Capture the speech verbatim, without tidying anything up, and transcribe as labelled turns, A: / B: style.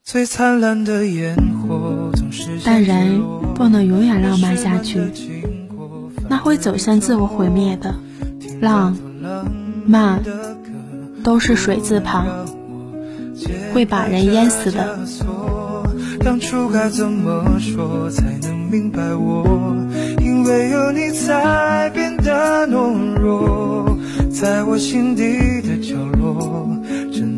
A: 最灿烂的烟火总是，
B: 但人不能永远浪漫下去，那会走向自我毁灭的。浪漫都是水字旁，会把人淹死的。
A: 当初该怎么说才能明白我，因为有你才变得懦弱，在我心底的角落真